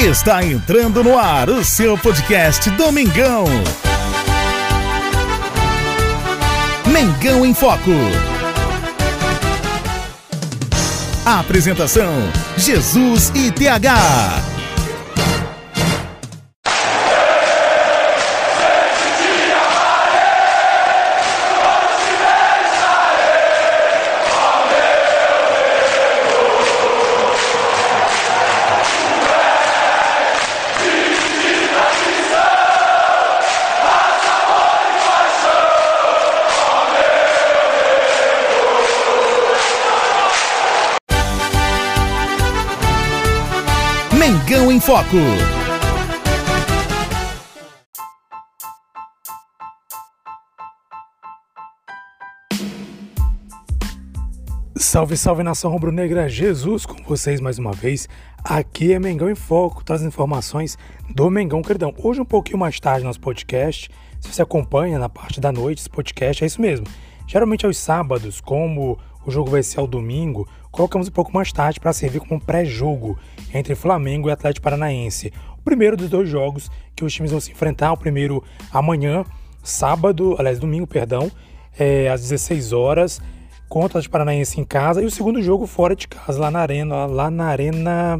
Está entrando no ar o seu podcast Domingão. Mengão em Foco. A apresentação: Jesus e TH. Mengão em Foco. Salve, salve nação rubro-negra, Jesus com vocês mais uma vez. Aqui é Mengão em Foco, trazendo informações do Mengão Queridão. Hoje um pouquinho mais tarde nosso podcast, se você acompanha na parte da noite esse podcast, é isso mesmo. Geralmente aos sábados, como o jogo vai ser ao domingo, colocamos um pouco mais tarde para servir como um pré-jogo entre Flamengo e Atlético Paranaense. O primeiro dos dois jogos que os times vão se enfrentar, o primeiro amanhã, domingo, às 16 horas, contra o Atlético Paranaense em casa, e o segundo jogo fora de casa, lá na Arena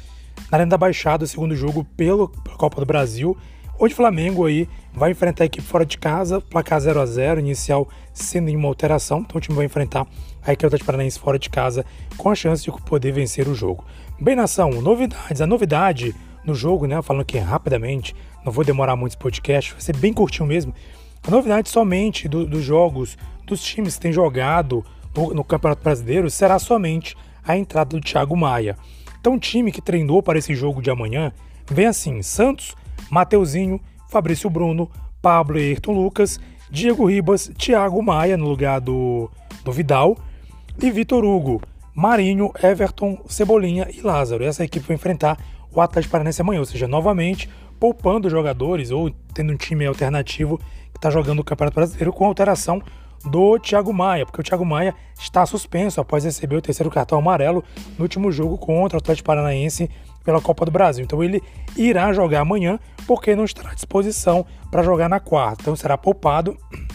da Baixada, o segundo jogo pela Copa do Brasil, onde o Flamengo aí vai enfrentar a equipe fora de casa, placar 0-0, inicial sem nenhuma alteração, então o time vai enfrentar a equipe do Atlético Paranaense fora de casa com a chance de poder vencer o jogo. Bem, nação, novidades. A novidade no jogo, né, falando aqui rapidamente, não vou demorar muito esse podcast, vai ser bem curtinho mesmo. A novidade somente dos jogos dos times que têm jogado no Campeonato Brasileiro será somente a entrada do Thiago Maia. Então o time que treinou para esse jogo de amanhã vem assim: Santos, Mateuzinho, Fabrício Bruno, Pablo e Ayrton Lucas, Diego Ribas, Thiago Maia no lugar do Vidal e Vitor Hugo, Marinho, Everton, Cebolinha e Lázaro. Essa equipe vai enfrentar o Atlético Paranaense amanhã, ou seja, novamente poupando jogadores ou tendo um time alternativo que está jogando o Campeonato Brasileiro com alteração do Thiago Maia, porque o Thiago Maia está suspenso após receber o terceiro cartão amarelo no último jogo contra o Atlético Paranaense pela Copa do Brasil. Então ele irá jogar amanhã porque não estará à disposição para jogar na quarta. Então será poupado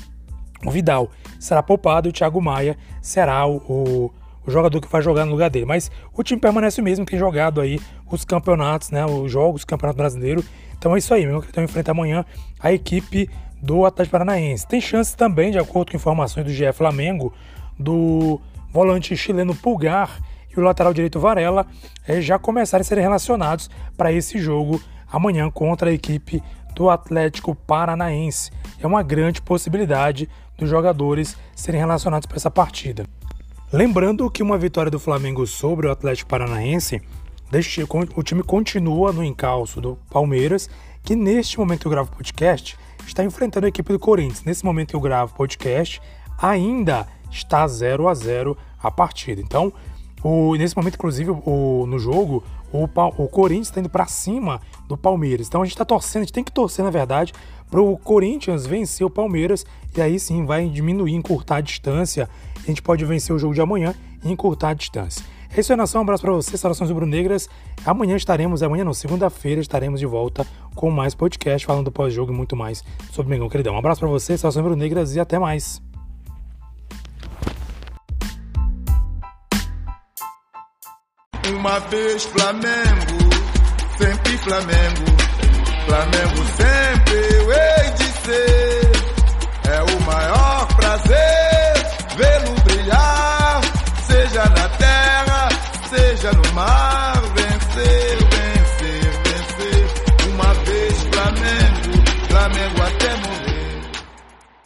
o Vidal, será poupado e o Thiago Maia será o jogador que vai jogar no lugar dele. Mas o time permanece o mesmo, tem jogado aí os campeonatos, né, os jogos do Campeonato Brasileiro. Então é isso aí, mesmo que então enfrenta amanhã a equipe do Atlético Paranaense. Tem chance também, de acordo com informações do GE Flamengo, do volante chileno Pulgar e o lateral direito Varela já começarem a serem relacionados para esse jogo amanhã contra a equipe do Atlético Paranaense. É uma grande possibilidade dos jogadores serem relacionados para essa partida. Lembrando que uma vitória do Flamengo sobre o Atlético Paranaense, o time continua no encalço do Palmeiras, que neste momento que eu gravo o podcast, está enfrentando a equipe do Corinthians. Nesse momento que eu gravo o podcast, ainda está 0-0 a partida. Então, nesse momento, inclusive, no jogo, o Corinthians está indo para cima do Palmeiras. Então a gente está torcendo, a gente tem que torcer, na verdade, para o Corinthians vencer o Palmeiras, e aí sim vai diminuir, encurtar a distância. A gente pode vencer o jogo de amanhã e encurtar a distância. É isso aí, nação. Um abraço para vocês, saudações rubro-negras. Segunda-feira, estaremos de volta com mais podcast, falando do pós-jogo e muito mais sobre o Mengão Queridão. Um abraço para vocês, saudações rubro-negras, e até mais. Uma vez Flamengo, sempre Flamengo, Flamengo sempre eu hei de ser. É o maior prazer vê-lo brilhar, seja na terra, seja no mar.